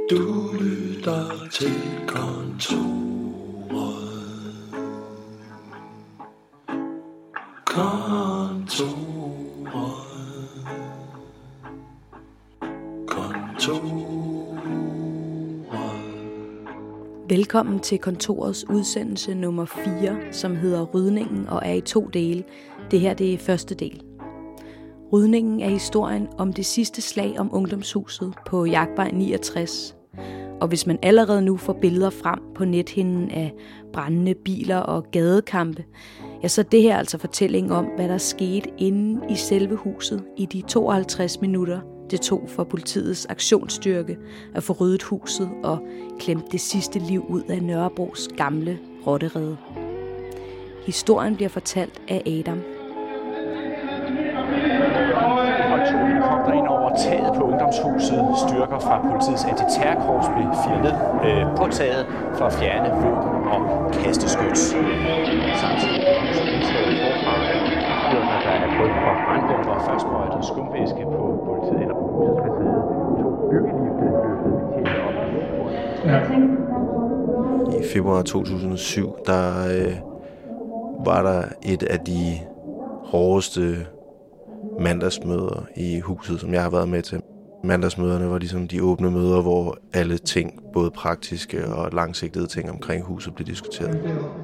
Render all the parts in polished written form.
Du lytter til Kontoret. Velkommen til Kontorets udsendelse nummer 4, som hedder Rydningen og er i 2 dele. Det her det er første del. Rydningen er historien om det sidste slag om ungdomshuset på Jagtvej 69. Og hvis man allerede nu får billeder frem på nethinden af brændende biler og gadekampe, ja, så er det her altså fortælling om, hvad der skete inde i selve huset i de 52 minutter, det tog for politiets aktionsstyrke at få ryddet huset og klemt det sidste liv ud af Nørrebros gamle rotterede. Historien bliver fortalt af Adam. Holdt 2 helikopter ind over taget på ungdomshuset. Styrker fra politiets antiterrorkorps blev firet ned på taget for at fjerne våben og kasteskyts. Samtidig er huset indslået forfra. Styrker, der er frygt for brandbomber, først sprøjtet skumvæske på politiet eller på husets facade. 2 byggelifte løftede betjente op. I februar 2007, der var der et af de hårdeste mandagsmøder i huset, som jeg har været med til. Mandagsmøderne var ligesom de åbne møder, hvor alle ting, både praktiske og langsigtede ting omkring huset, blev diskuteret.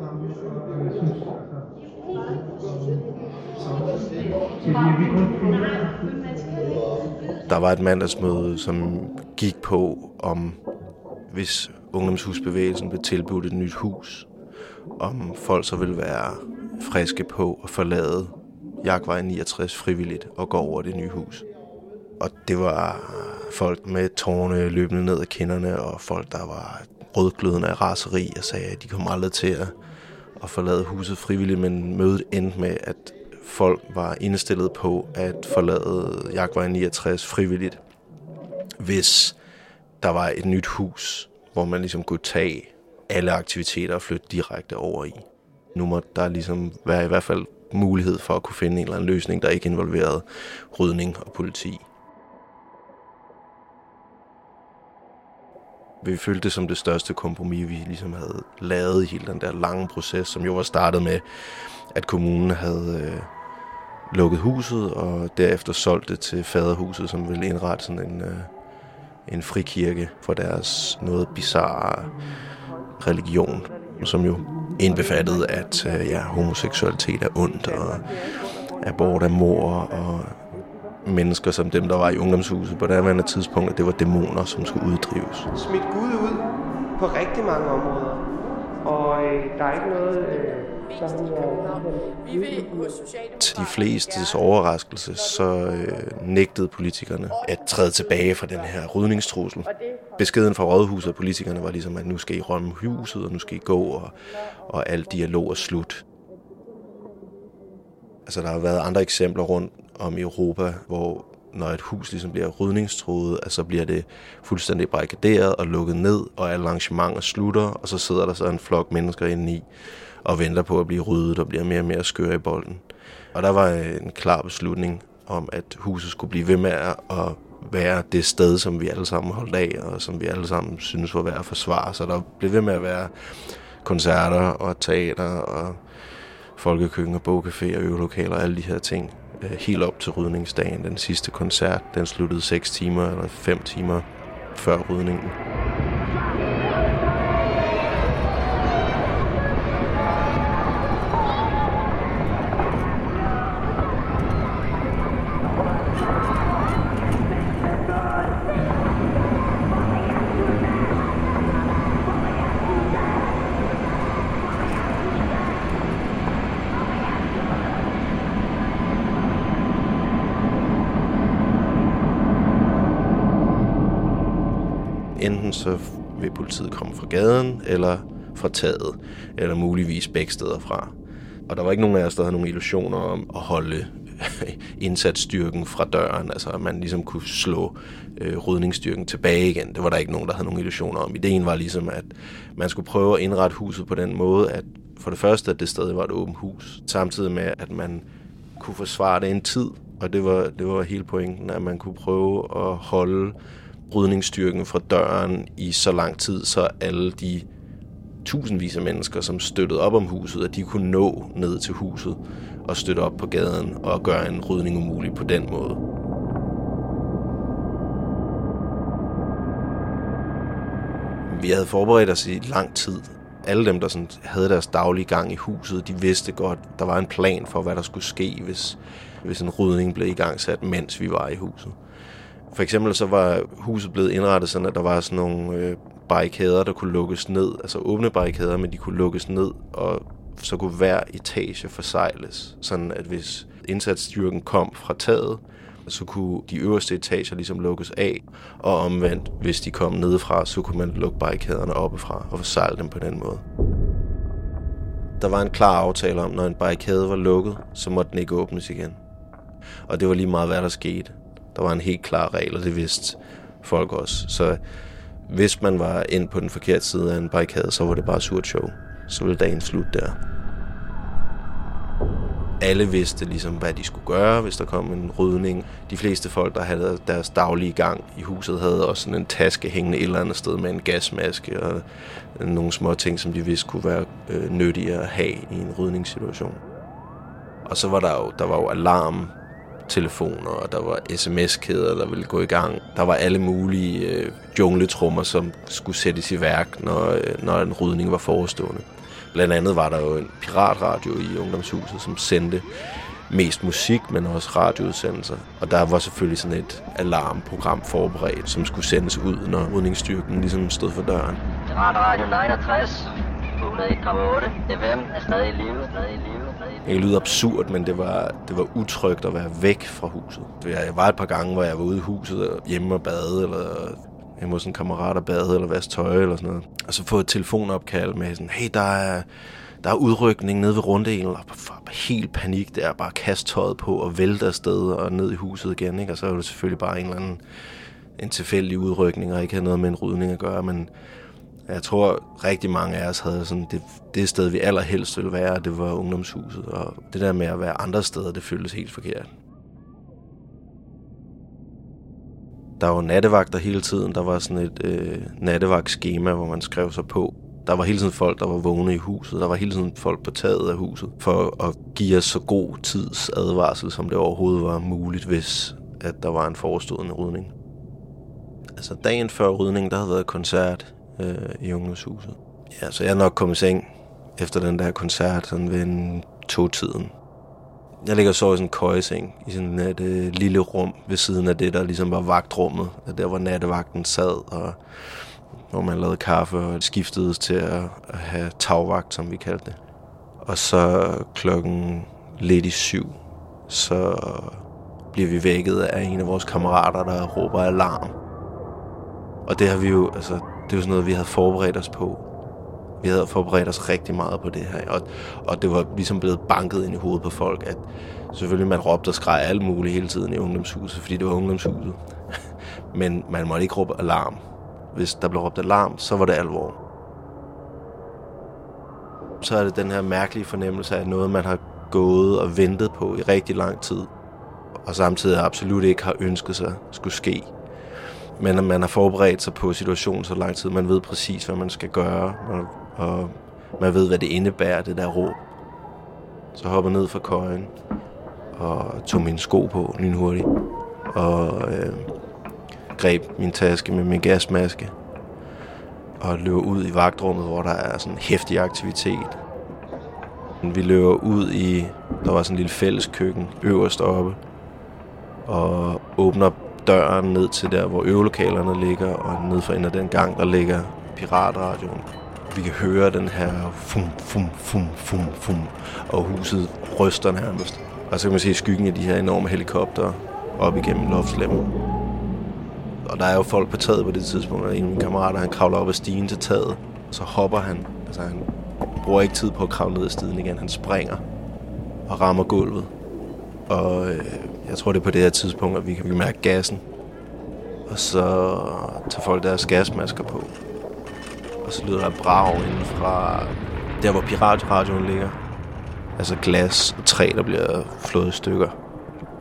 Der var et mandagsmøde, som gik på, om hvis ungdomshusbevægelsen blev tilbudt et nyt hus, om folk så ville være friske på at forlade Jagtvej 69 frivilligt og gå over det nye hus. Og det var folk med tårerne løbende ned ad kinderne, og folk, der var rødglødende af raseri og sagde, at de kom aldrig til at forlade huset frivilligt, men mødet endte med, at folk var indstillet på at forlade Jagtvej 69 frivilligt, hvis der var et nyt hus, hvor man ligesom kunne tage alle aktiviteter og flytte direkte over i. Nu må der ligesom være i hvert fald mulighed for at kunne finde en eller anden løsning, der ikke involverede rydning og politi. Vi følte det som det største kompromis, vi ligesom havde lavet i hele den der lange proces, som jo var startet med, at kommunen havde lukket huset og derefter solgt det til faderhuset, som ville indrette sådan en frikirke for deres noget bizarre religion, som jo indbefattede, at homoseksualitet er ondt, og abort er mord, og mennesker som dem, der var i ungdomshuset på det andet tidspunkt, at det var dæmoner, som skulle uddrives. Smidt Gud ud på rigtig mange områder, og der er ikke noget... Til de flestes overraskelse, så nægtede politikerne at træde tilbage fra den her rydningstrussel. Beskeden fra rådhuset og politikerne var ligesom, at nu skal I rømme huset, og nu skal I gå, og al dialog er slut. Altså, der har været andre eksempler rundt om i Europa, hvor når et hus ligesom bliver rydningstruet, så bliver det fuldstændig barrikaderet og lukket ned, og alle arrangementer slutter, og så sidder der så en flok mennesker inde i og venter på at blive ryddet og bliver mere og mere skøre i bolden. Og der var en klar beslutning om, at huset skulle blive ved med at være det sted, som vi alle sammen holdt af, og som vi alle sammen synes var værd at forsvare. Så der blev ved med at være koncerter og teater og folkekøkken og bogcafé og øvelokaler og alle de her ting. Helt op til rydningsdagen. Den sidste koncert, den sluttede 6 timer eller 5 timer før rydningen. Enten så vil politiet komme fra gaden, eller fra taget, eller muligvis begge steder fra. Og der var ikke nogen af os, der havde nogle illusioner om at holde indsatsstyrken fra døren, altså at man ligesom kunne slå rydningsstyrken tilbage igen. Det var der ikke nogen, der havde nogle illusioner om. Ideen var ligesom, at man skulle prøve at indrette huset på den måde, at for det første, at det stadig var et åbent hus, samtidig med, at man kunne forsvare det en tid, og det var hele pointen, at man kunne prøve at holde rydningsstyrken fra døren i så lang tid, så alle de tusindvis af mennesker, som støttede op om huset, at de kunne nå ned til huset og støtte op på gaden og gøre en rydning umulig på den måde. Vi havde forberedt os i lang tid. Alle dem, der sådan havde deres daglige gang i huset, de vidste godt, der var en plan for, hvad der skulle ske, hvis en rydning blev igangsat, mens vi var i huset. For eksempel så var huset blevet indrettet sådan, at der var sådan nogle barrikader, der kunne lukkes ned. Altså åbne barrikader, men de kunne lukkes ned, og så kunne hver etage forsejles. Sådan at hvis indsatsstyrken kom fra taget, så kunne de øverste etager ligesom lukkes af, og omvendt, hvis de kom nedefra, så kunne man lukke barrikaderne oppefra og forsejle dem på den måde. Der var en klar aftale om, når en barrikade var lukket, så måtte den ikke åbnes igen. Og det var lige meget, hvad der skete. Der var en helt klar regel, og det vidste folk også. Så hvis man var ind på den forkerte side af en barrikade, så var det bare surt show. Så ville dagen slutte der. Alle vidste ligesom, hvad de skulle gøre, hvis der kom en rydning. De fleste folk, der havde deres daglige gang i huset, havde også sådan en taske hængende et eller andet sted med en gasmaske og nogle små ting, som de vidste kunne være nyttige at have i en rydningssituation. Og så var der var jo alarmtelefoner, og der var sms-kæder, der ville gå i gang. Der var alle mulige jungletrummer, som skulle sættes i værk, når en rydning var forestående. Blandt andet var der jo en piratradio i ungdomshuset, som sendte mest musik, men også radioudsendelser. Og der var selvfølgelig sådan et alarmprogram forberedt, som skulle sendes ud, når rydningsstyrken ligesom stod for døren. Radio 69, 101,8 FM er stadig i live, Det lyder absurd, men det var utrygt at være væk fra huset. Jeg var et par gange, hvor jeg var ude i huset og hjemme og bade, eller hjemme hos en kammerat og bade, eller vaske tøj, eller sådan noget. Og så få et telefonopkald med sådan, hey, der er udrykning nede ved runddelen, og helt panik der, bare kaste tøjet på og vælte afsted og ned i huset igen, ikke? Og så er det selvfølgelig bare en tilfældig udrykning, og ikke havde noget med en rydning at gøre, men jeg tror, rigtig mange af os havde sådan, det sted, vi allerhelst ville være, det var ungdomshuset, og det der med at være andre steder, det føltes helt forkert. Der var nattevagter hele tiden, der var sådan et nattevagtskema, hvor man skrev sig på. Der var hele tiden folk, der var vågne i huset, der var hele tiden folk på taget af huset, for at give os så god tids advarsel, som det overhovedet var muligt, hvis at der var en forestående rydning. Altså dagen før rydningen, der havde været koncert i ungdomshuset. Ja, så jeg er nok kommet i seng efter den der koncert, sådan ved en 2-tiden. Jeg ligger så i sådan en køjeseng, i sådan et lille rum ved siden af det, der ligesom var vagtrummet. Der hvor nattevagten sad, og hvor man lavede kaffe og skiftedes til at have tagvagt, som vi kaldte det. Og så klokken lidt i 7, så bliver vi vækket af en af vores kammerater, der råber alarm. Og det har vi jo, altså, det er jo sådan noget, vi havde forberedt os på. Vi havde forberedt os rigtig meget på det her, og det var ligesom blevet banket ind i hovedet på folk, at selvfølgelig man råbte og skreg alt muligt hele tiden i ungdomshuset, fordi det var ungdomshuset. Men man måtte ikke råbe alarm. Hvis der blev råbt alarm, så var det alvor. Så er det den her mærkelige fornemmelse af noget, man har gået og ventet på i rigtig lang tid, og samtidig absolut ikke har ønsket sig skulle ske. Men man har forberedt sig på situationen så lang tid, man ved præcis, hvad man skal gøre, og man ved, hvad det indebærer, det der råb. Så hopper ned fra køjen og tog mine sko på lynhurtigt, og greb min taske med min gasmaske og løber ud i vagtrummet, hvor der er sådan heftig aktivitet. Vi løber ud i, der var sådan en lille fælleskøkken øverst oppe, og åbner døren ned til der, hvor øvelokalerne ligger, og ned for enden af den gang, der ligger piratradioen. Vi kan høre den her fum, fum, fum, fum, fum, og huset ryster nærmest. Og så kan man se skyggen af de her enorme helikoptere op igennem loftslemmen. Og der er jo folk på taget på det tidspunkt, og en af mine kammerater, han kravler op ad stigen til taget, og så hopper han. Altså han bruger ikke tid på at kravle ned ad stigen igen, han springer og rammer gulvet. Og jeg tror, det er på det her tidspunkt, at vi kan mærke gassen. Og så tager folk deres gasmasker på. Og så lyder der brag inden fra der, hvor piratradioen ligger. Altså glas og træ, der bliver flået i stykker.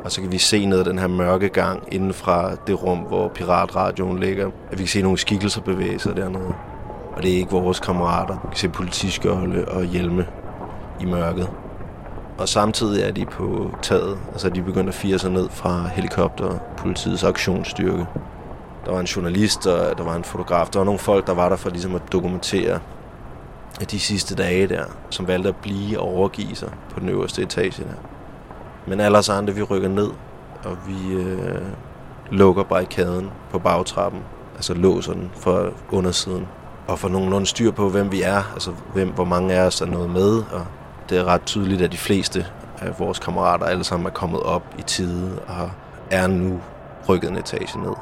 Og så kan vi se ned ad den her mørke gang inden fra det rum, hvor piratradioen ligger. At vi kan se nogle skikkelser bevæge sig dernede. Og det er ikke vores kammerater. Vi kan se politiskjolde og hjelme i mørket. Og samtidig er de på taget. Altså de begynder at fire sig ned fra helikopter, politiets aktionsstyrke. Der var en journalist, og der var en fotograf. Der var nogle folk, der var der for ligesom at dokumentere de sidste dage der, som valgte at blive og overgive sig på den øverste etage der. Men alle andre, vi rykker ned, og vi lukker barrikaden på bagtrappen. Altså låser den fra undersiden. Og får nogenlunde styr på, hvem vi er. Altså hvor mange af os er noget med. Og det er ret tydeligt, at de fleste af vores kammerater alle sammen er kommet op i tide og er nu rykket en etage ned.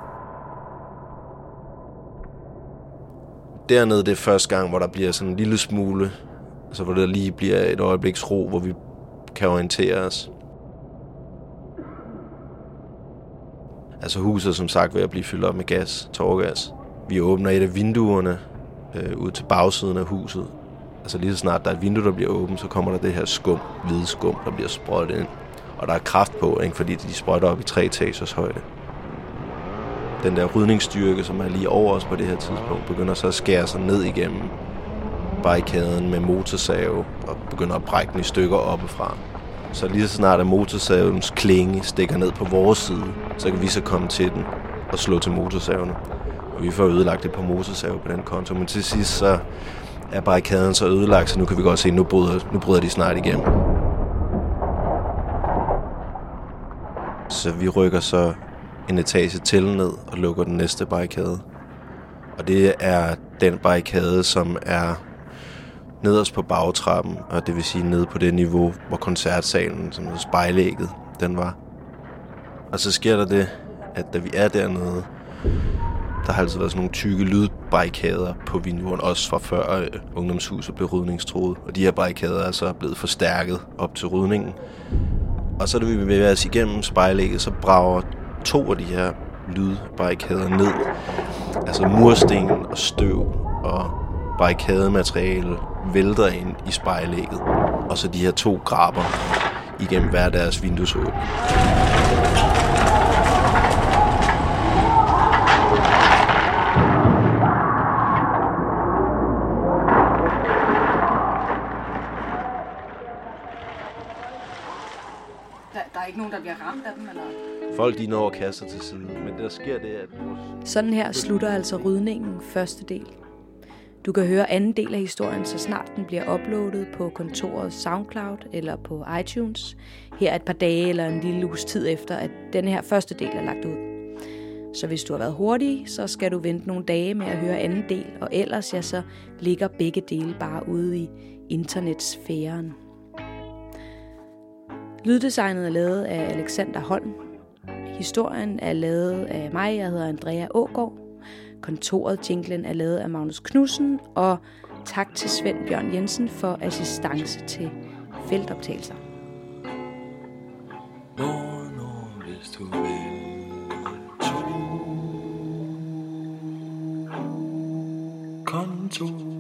Dernede, det er første gang, hvor der bliver sådan en lille smule, altså hvor der lige bliver et øjebliks ro, hvor vi kan orientere os. Altså huset er som sagt ved at blive fyldt op med gas, tåregas. Vi åbner et af vinduerne ud til bagsiden af huset. Altså lige så snart der er et vindue, der bliver åbent, så kommer der det her skum, hvide skum, der bliver sprøjtet ind. Og der er kraft på, ikke? Fordi de sprøjter op i 3 etagers højde. Den der rydningsstyrke, som er lige over os på det her tidspunkt, begynder så at skære sig ned igennem barrikaden med motorsave og begynder at brække den i stykker oppefra. Så lige så snart at motorsavens klinge stikker ned på vores side, så kan vi så komme til den og slå til motorsavene. Og vi får ødelagt et par motorsave på den konto, men til sidst så er barrikaden så ødelagt, så nu kan vi godt se, at nu bryder de snart igennem. Så vi rykker så en etage til ned og lukker den næste barrikade. Og det er den barrikade, som er nederst på bagtrappen, og det vil sige nede på det niveau, hvor koncertsalen, som hedder spejlægget, den var. Og så sker der det, at da vi er dernede, der har altid været sådan nogle tykke lydbarrikader på vinduerne, også fra før ungdomshuset blev rydningstruet. Og de her barrikader er så blevet forstærket op til rydningen. Og så da vi bevæger os igennem spejlægget, så brager 2 af de her lydbarrikader ned. Altså mursten og støv og barrikademateriale vælter ind i spejlægget. Og så de her 2 grabber igennem hver deres vinduesåbning. Der er ikke nogen, der bliver ramt af dem, eller? Folk de når at kaste til siden, men der sker det, at Sådan her slutter altså rydningen første del. Du kan høre anden del af historien, så snart den bliver uploadet på kontorets SoundCloud eller på iTunes. Her et par dage eller en lille uges tid efter, at denne her første del er lagt ud. Så hvis du har været hurtig, så skal du vente nogle dage med at høre anden del, og ellers ja, så ligger begge dele bare ude i internetsfæren. Lyddesignet er lavet af Alexander Holm. Historien er lavet af mig, jeg hedder Andrea Aagaard. Kontoret jinglen er lavet af Magnus Knudsen, og tak til Svend Bjørn Jensen for assistance til feltoptagelser. Når hvis du vil to kontor.